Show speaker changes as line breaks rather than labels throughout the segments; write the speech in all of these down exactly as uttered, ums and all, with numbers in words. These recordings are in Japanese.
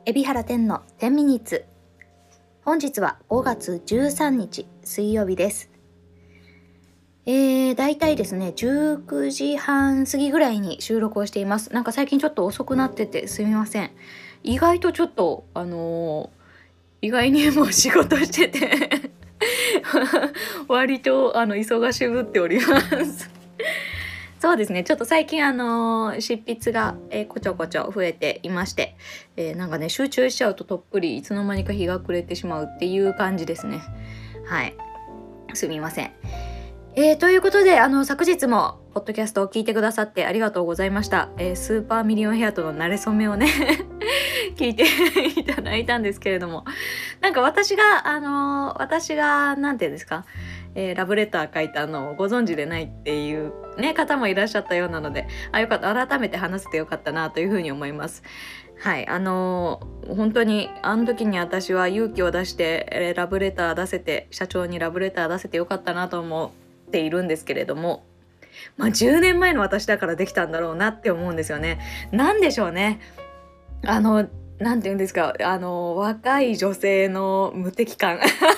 海老原天のじゅうミニッツ。本日はごがつじゅうさんにち水曜日です。えー、だいたいですねじゅうくじはん過ぎぐらいに収録をしています。なんか最近ちょっと遅くなっててすみません。意外とちょっとあのー、意外にも仕事してて割とあの忙しぶっておりますそうですね、ちょっと最近あのー、執筆が、えー、こちょこちょ増えていまして、えー、なんかね集中しちゃうととっぷりいつの間にか日が暮れてしまうっていう感じですね。はい、すみません。えー、ということであの昨日もポッドキャストを聞いてくださってありがとうございました。えー、スーパーミリオンヘアとの馴れ初めをね聞いていただいたんですけれども、なんか私があのー、私がなんていうんですか、えー、ラブレター書いたのをご存知でないっていう、ね、方もいらっしゃったようなので、あ、よかった、改めて話せてよかったなというふうに思います。はい、あのー、本当にあの時に私は勇気を出して、えー、ラブレター出せて社長にラブレター出せてよかったなと思っているんですけれども、まあじゅうねんまえの私だからできたんだろうなって思うんですよね。なんでしょうね、あのなんて言うんですか、あの若い女性の無敵感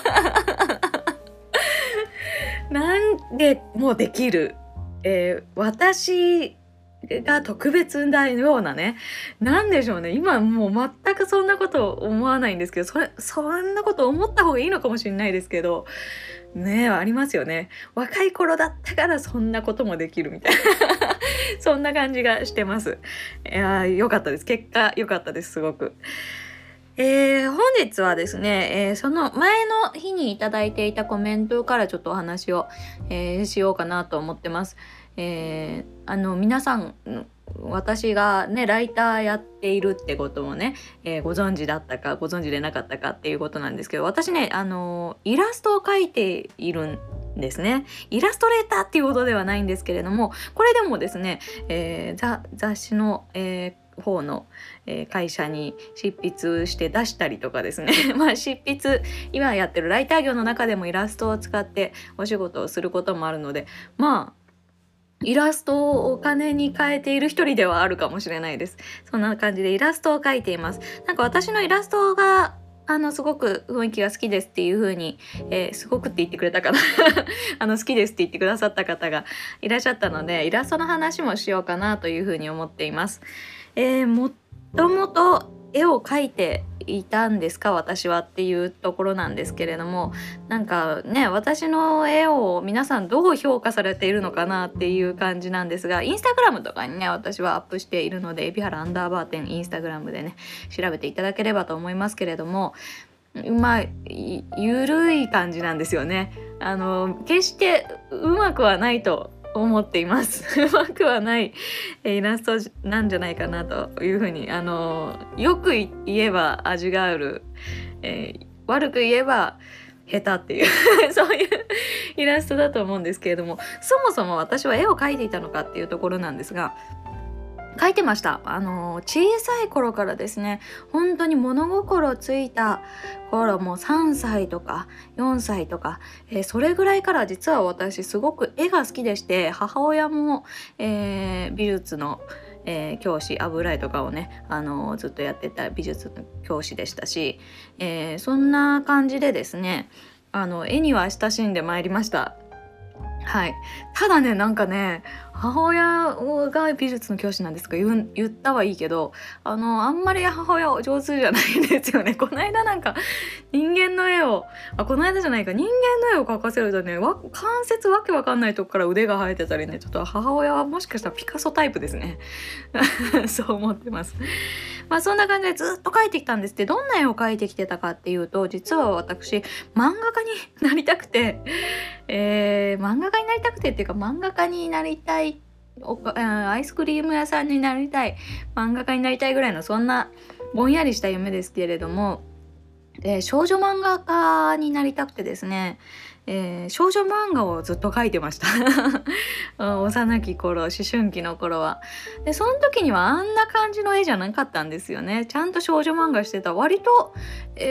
なんでもうできる、えー、私が特別なようなね、なんでしょうね、今もう全くそんなこと思わないんですけど、それそんなこと思った方がいいのかもしれないですけどね、ありますよね。若い頃だったからそんなこともできるみたいなそんな感じがしてます。いや良かったです。結果良かったです、すごく。えー、本日はですね、えー、その前の日にいただいていたコメントからちょっとお話を、えー、しようかなと思ってます。えー、あの皆さん私がねライターやっているってこともね、えー、ご存知だったかご存知でなかったかっていうことなんですけど、私ねあのイラストを描いているんですね。イラストレーターっていうことではないんですけれども、これでもですね、えー、雑誌の、えー方の、えー、会社に執筆して出したりとかですねまあ執筆、今やってるライター業の中でもイラストを使ってお仕事をすることもあるので、まあイラストをお金に変えている一人ではあるかもしれないです。そんな感じでイラストを描いています。なんか私のイラストがあのすごく雰囲気が好きですっていう風に、えー、すごくって言ってくれたかなあの好きですって言ってくださった方がいらっしゃったので、イラストの話もしようかなという風に思っています。えー、もともと絵を描いていたんですか私はっていうところなんですけれども、なんかね私の絵を皆さんどう評価されているのかなっていう感じなんですが、インスタグラムとかにね私はアップしているので、海老原アンダーバー店インスタグラムでね調べていただければと思いますけれども、まあゆるい感じなんですよね。あの決してうまくはないと思っていますうまくはないイラストなんじゃないかなというふうに、あのよく言えば味がある、えー、悪く言えば下手っていうそういうイラストだと思うんですけれども、そもそも私は絵を描いていたのかっていうところなんですが、描いてました。あの小さい頃からですね、本当に物心ついた頃もさんさいとかよんさいとか、えー、それぐらいから実は私すごく絵が好きでして、母親も、えー、美術の、えー、教師油絵とかをね、あのずっとやってた美術の教師でしたし、えー、そんな感じでですね、あの絵には親しんでまいりました。はい、ただねなんかね母親が美術の教師なんですか 言, 言ったはいいけど、あのあんまり母親上手じゃないんですよね。この間なんか人間の絵をあこの間じゃないか人間の絵を描かせるとねわ関節わけわかんないとこから腕が生えてたりね、ちょっと母親はもしかしたらピカソタイプですねそう思ってます。まあそんな感じでずっと描いてきたんですって。どんな絵を描いてきてたかっていうと、実は私漫画家になりたくて、えー、漫画家になりたくてっていうか漫画家になりたい、おアイスクリーム屋さんになりたい、漫画家になりたいぐらいのそんなぼんやりした夢ですけれども、えー、少女漫画家になりたくてですね、えー、少女漫画をずっと描いてました幼き頃、思春期の頃は。でその時にはあんな感じの絵じゃなかったんですよね。ちゃんと少女漫画してた割と、えー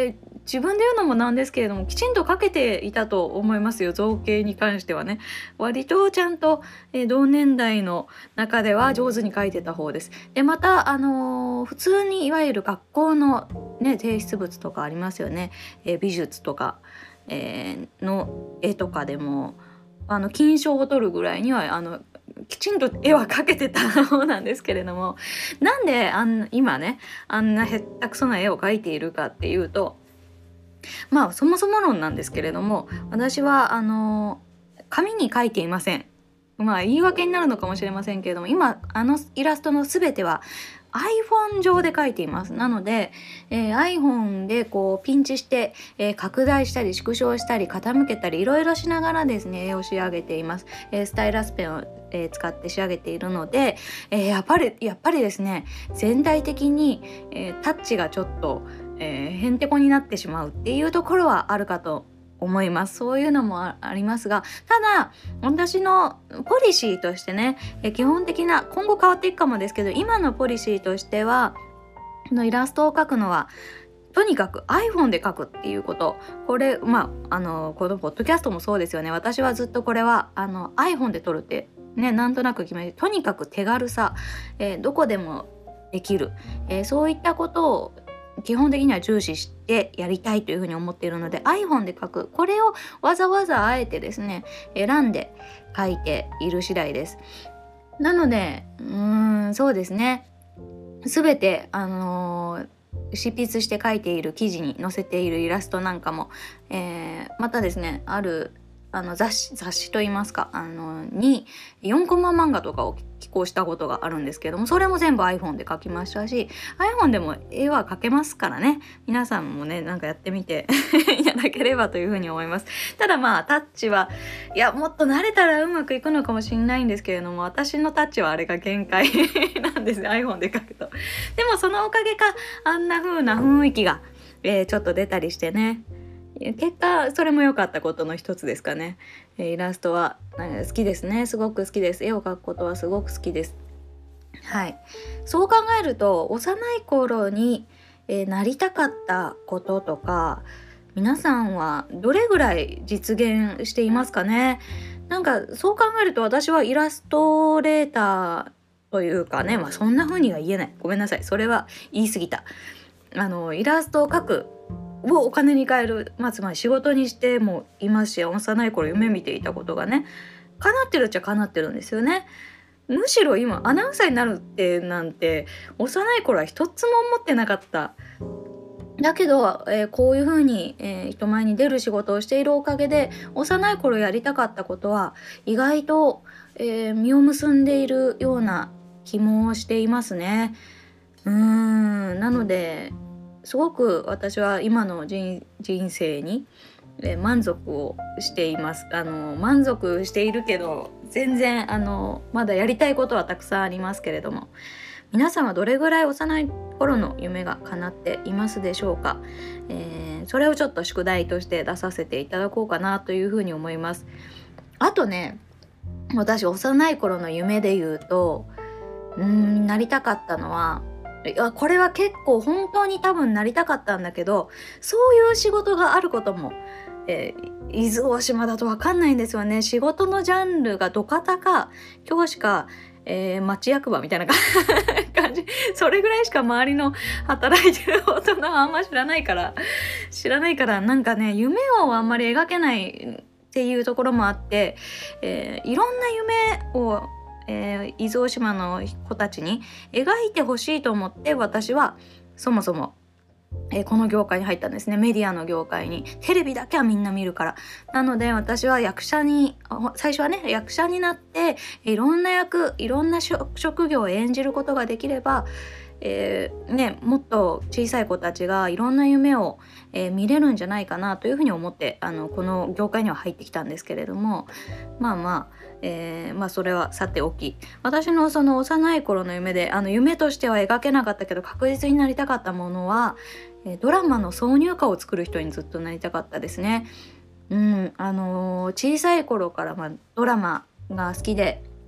自分で言うのもなんですけれども、きちんと描けていたと思いますよ。造形に関してはね、割とちゃんと、えー同年代の中では上手に描いてた方です。でまた、あのー普通にいわゆる学校の、ね、提出物とかありますよね、えー美術とか、えーの絵とかでもあの金賞を取るぐらいにはあのきちんと絵は描けてた方なんですけれども、なんであん今ねあんなへったくそな絵を描いているかっていうと、まあそもそも論なんですけれども、私はあの紙に描いていません。まあ言い訳になるのかもしれませんけれども、今あのイラストの全ては iPhone 上で描いています。なので、えー iPhone でこうピンチして、えー拡大したり縮小したり傾けたりいろいろしながらですね絵を仕上げています。えースタイラスペンを、えー使って仕上げているので、えーやっぱりやっぱりですね全体的に、えータッチがちょっと、えーへんてこになってしまうっていうところはあるかと思います。そういうのもあありますが、ただ私のポリシーとしてね、え基本的な今後変わっていくかもですけど、今のポリシーとしてはこのイラストを描くのはとにかく iPhone で描くっていうこと。これまああのこのポッドキャストもそうですよね。私はずっとこれはあの iPhone で撮るってねなんとなく決めて、とにかく手軽さ、えーどこでもできる、えーそういったことを基本的には重視してやりたいというふうに思っているので iPhone で描く、これをわざわざあえてですね選んで描いている次第です。なのでうーんそうですね、全てあのー執筆して書いている記事に載せているイラストなんかも、えーまたですねあるあの雑誌雑誌といいますかあのによんコマ漫画とかを寄稿したことがあるんですけども、それも全部 iPhone で描きましたし、 iPhone でも絵は描けますからね、皆さんもねなんかやってみていただければというふうに思います。ただまあタッチはいやもっと慣れたらうまくいくのかもしれないんですけれども、私のタッチはあれが限界なんです iPhone で描くと。でもそのおかげかあんな風な雰囲気が、えーちょっと出たりしてね、結果それも良かったことの一つですかね。えーイラストは、えー好きですね。すごく好きです。絵を描くことはすごく好きです。はい。そう考えると幼い頃に、えーなりたかったこととか、皆さんはどれぐらい実現していますかね。なんかそう考えると私はイラストレーターというかね、まあそんな風には言えない。ごめんなさい。それは言い過ぎた。あのイラストを描くをお金に換える、まあ、つまり仕事にしてもいますし、幼い頃夢見ていたことがね叶ってるっちゃ叶ってるんですよね。むしろ今アナウンサーになるってなんて幼い頃は一つも思ってなかった。だけど、えーこういう風に、えー人前に出る仕事をしているおかげで幼い頃やりたかったことは意外と、えー実を結んでいるような気もしていますね。うーんなのですごく私は今の人人生に、えー満足をしています。あの満足しているけど全然あのまだやりたいことはたくさんありますけれども、皆さんはどれぐらい幼い頃の夢が叶っていますでしょうか。えーそれをちょっと宿題として出させていただこうかなというふうに思います。あとね、私幼い頃の夢で言うとうーんなりたかったのは、いやこれは結構本当に多分なりたかったんだけど、そういう仕事があることも、えー伊豆大島だと分かんないんですよね。仕事のジャンルが土方か教師か、えー町役場みたいな感じ、それぐらいしか周りの働いてる大人はあんま知らないから知らないからなんかね夢をあんまり描けないっていうところもあって、えーいろんな夢をえー伊豆大島の子たちに描いてほしいと思って私はそもそも、えーこの業界に入ったんですね。メディアの業界に。テレビだけはみんな見るから。なので私は役者に最初はね役者になっていろんな役いろんな職業を演じることができれば、えーね、もっと小さい子たちがいろんな夢を、えー見れるんじゃないかなというふうに思ってあのこの業界には入ってきたんですけれども、まあまあ、えーまあそれはさておき、私のその幼い頃の夢であの夢としては描けなかったけど確実になりたかったものは、えードラマの挿入歌を作る人にずっとなりたかったですね。うんあのー小さい頃から、まあ、ドラマが好きで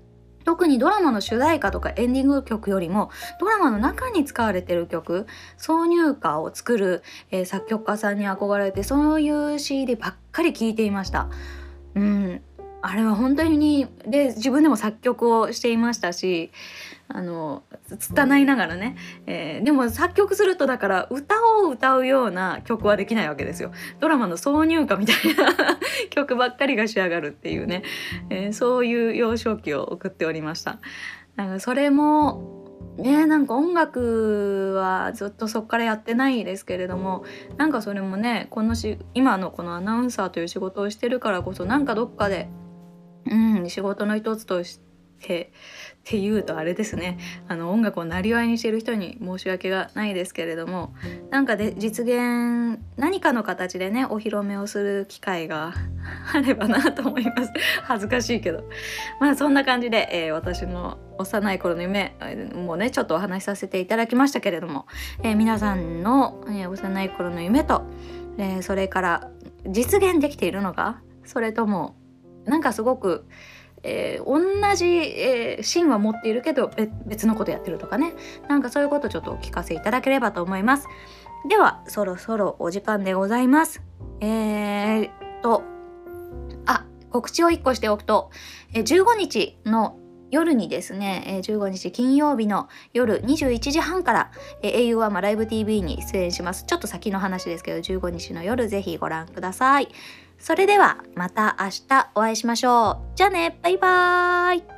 特にドラマの主題歌とかエンディング曲よりもドラマの中に使われてる曲、挿入歌を作る、えー、作曲家さんに憧れて、そういう シーディー ばっかり聴いていました。うん、あれは本当にで自分でも作曲をしていましたし、あの拙いながらね、えー、でも作曲するとだから歌を歌うような曲はできないわけですよ。ドラマの挿入歌みたいな曲ばっかりが仕上がるっていうね、えー、そういう幼少期を送っておりました。なんかそれもね、なんか音楽はずっとそっからやってないですけれども、なんかそれもね、このし今のこのアナウンサーという仕事をしてるからこそ、なんかどっかでうん仕事の一つとしてっていうとあれですね、あの音楽をなりわいにしている人に申し訳がないですけれども、なんかで実現何かの形でねお披露目をする機会があればなと思います恥ずかしいけど、まあそんな感じで、えー、私の幼い頃の夢もねちょっとお話しさせていただきましたけれども、えー、皆さんの、えー、幼い頃の夢と、えー、それから実現できているのか、それともなんかすごくえー、同じ、えー、芯は持っているけど別のことやってるとかね、なんかそういうことをちょっとお聞かせいただければと思います。ではそろそろお時間でございます。えー、っとあ告知をいっこしておくと、えー、じゅうごにちの夜にですね、えー、じゅうごにち金曜日の夜にじゅういちじはんから、えー、エーユー ワンマライブ ティーブイ に出演します。ちょっと先の話ですけどじゅうごにちの夜ぜひご覧ください。それではまた明日お会いしましょう。じゃあね、バイバーイ。